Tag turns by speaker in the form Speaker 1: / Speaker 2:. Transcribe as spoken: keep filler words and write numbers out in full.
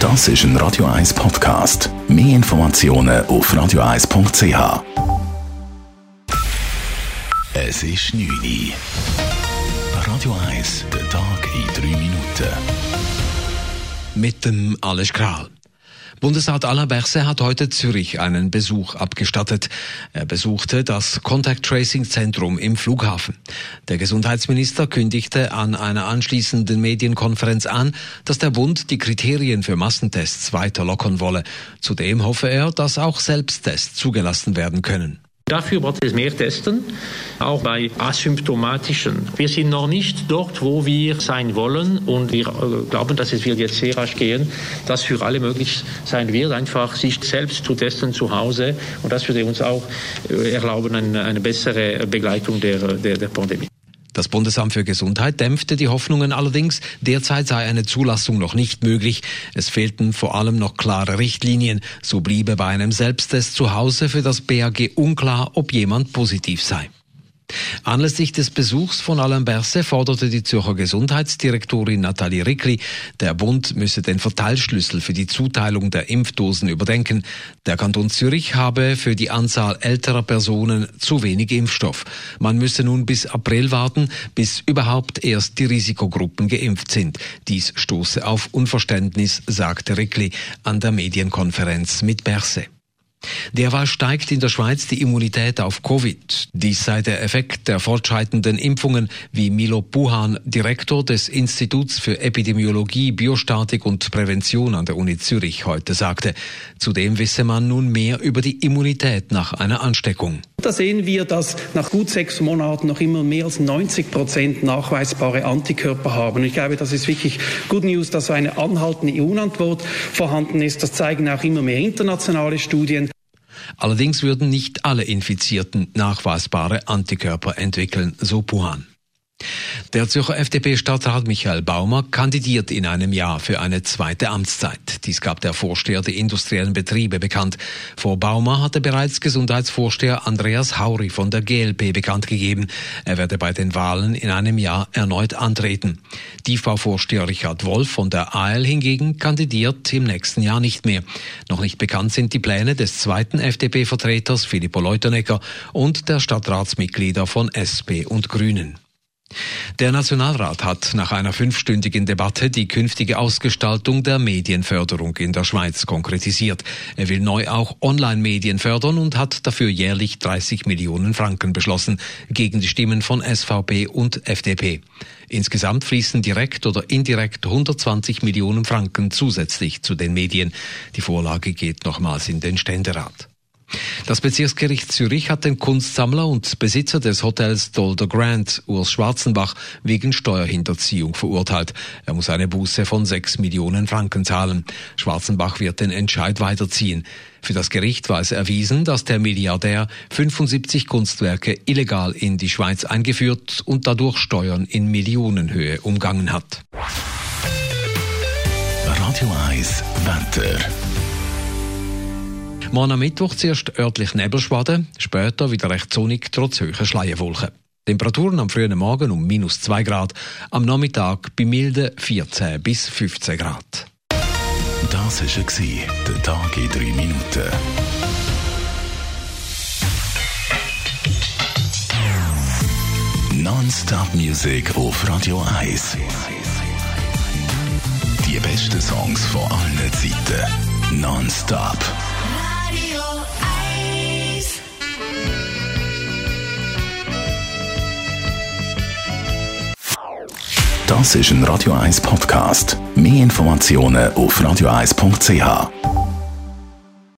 Speaker 1: Das ist ein Radio eins Podcast. Mehr Informationen auf radio eins punkt c h. Es ist neun Uhr. Radio eins, der Tag in drei Minuten.
Speaker 2: Mit dem Alles Kral. Bundesrat Alain Berset hat heute Zürich einen Besuch abgestattet. Er besuchte das Contact Tracing Zentrum im Flughafen. Der Gesundheitsminister kündigte an einer anschließenden Medienkonferenz an, dass der Bund die Kriterien für Massentests weiter lockern wolle. Zudem hoffe er, dass auch Selbsttests zugelassen werden können.
Speaker 3: Dafür braucht es mehr Testen, auch bei asymptomatischen. Wir sind noch nicht dort, wo wir sein wollen, und wir glauben, dass es wird jetzt sehr rasch gehen, dass für alle möglich sein wird, einfach sich selbst zu testen zu Hause, und das würde uns auch erlauben, eine, eine bessere Begleitung der, der, der Pandemie.
Speaker 2: Das Bundesamt für Gesundheit dämpfte die Hoffnungen allerdings. Derzeit sei eine Zulassung noch nicht möglich. Es fehlten vor allem noch klare Richtlinien. So bliebe bei einem Selbsttest zu Hause für das B A G unklar, ob jemand positiv sei. Anlässlich des Besuchs von Alain Berset forderte die Zürcher Gesundheitsdirektorin Nathalie Rickli, der Bund müsse den Verteilschlüssel für die Zuteilung der Impfdosen überdenken. Der Kanton Zürich habe für die Anzahl älterer Personen zu wenig Impfstoff. Man müsse nun bis April warten, bis überhaupt erst die Risikogruppen geimpft sind. Dies stoße auf Unverständnis, sagte Rickli an der Medienkonferenz mit Berset. Derweil steigt in der Schweiz die Immunität auf Covid. Dies sei der Effekt der fortschreitenden Impfungen, wie Milo Buhan, Direktor des Instituts für Epidemiologie, Biostatik und Prävention an der Uni Zürich, heute sagte. Zudem wisse man nun mehr über die Immunität nach einer Ansteckung.
Speaker 4: Da sehen wir, dass nach gut sechs Monaten noch immer mehr als neunzig Prozent nachweisbare Antikörper haben. Und ich glaube, das ist wirklich Good News, dass so eine anhaltende Immunantwort vorhanden ist. Das zeigen auch immer mehr internationale Studien.
Speaker 2: Allerdings würden nicht alle Infizierten nachweisbare Antikörper entwickeln, so Buhan. Der Zürcher F D P-Stadtrat Michael Baumer kandidiert in einem Jahr für eine zweite Amtszeit. Dies gab der Vorsteher der industriellen Betriebe bekannt. Vor Baumer hatte bereits Gesundheitsvorsteher Andreas Hauri von der G L P bekannt gegeben. Er werde bei den Wahlen in einem Jahr erneut antreten. Tiefbauvorsteher Richard Wolf von der A L hingegen kandidiert im nächsten Jahr nicht mehr. Noch nicht bekannt sind die Pläne des zweiten F D P-Vertreters Filippo Leutenegger und der Stadtratsmitglieder von S P und Grünen. Der Nationalrat hat nach einer fünfstündigen Debatte die künftige Ausgestaltung der Medienförderung in der Schweiz konkretisiert. Er will neu auch Online-Medien fördern und hat dafür jährlich dreißig Millionen Franken beschlossen, gegen die Stimmen von S V P und F D P. Insgesamt fließen direkt oder indirekt hundertzwanzig Millionen Franken zusätzlich zu den Medien. Die Vorlage geht nochmals in den Ständerat. Das Bezirksgericht Zürich hat den Kunstsammler und Besitzer des Hotels Dolder Grand, Urs Schwarzenbach, wegen Steuerhinterziehung verurteilt. Er muss eine Buße von sechs Millionen Franken zahlen. Schwarzenbach wird den Entscheid weiterziehen. Für das Gericht war es erwiesen, dass der Milliardär fünfundsiebzig Kunstwerke illegal in die Schweiz eingeführt und dadurch Steuern in Millionenhöhe umgangen hat.
Speaker 1: Radio eins Wetter.
Speaker 2: Morgen am Mittwoch zuerst örtlich Nebelschwaden, später wieder recht sonnig, trotz hoher Schleierwolken. Temperaturen am frühen Morgen um minus zwei Grad, am Nachmittag bei milden vierzehn bis fünfzehn Grad.
Speaker 1: Das war der Tag in drei Minuten. Non-Stop Music auf Radio eins. Die besten Songs von allen Zeiten. Non-Stop. Das ist ein Radio eins Podcast. Mehr Informationen auf radio eins punkt c h.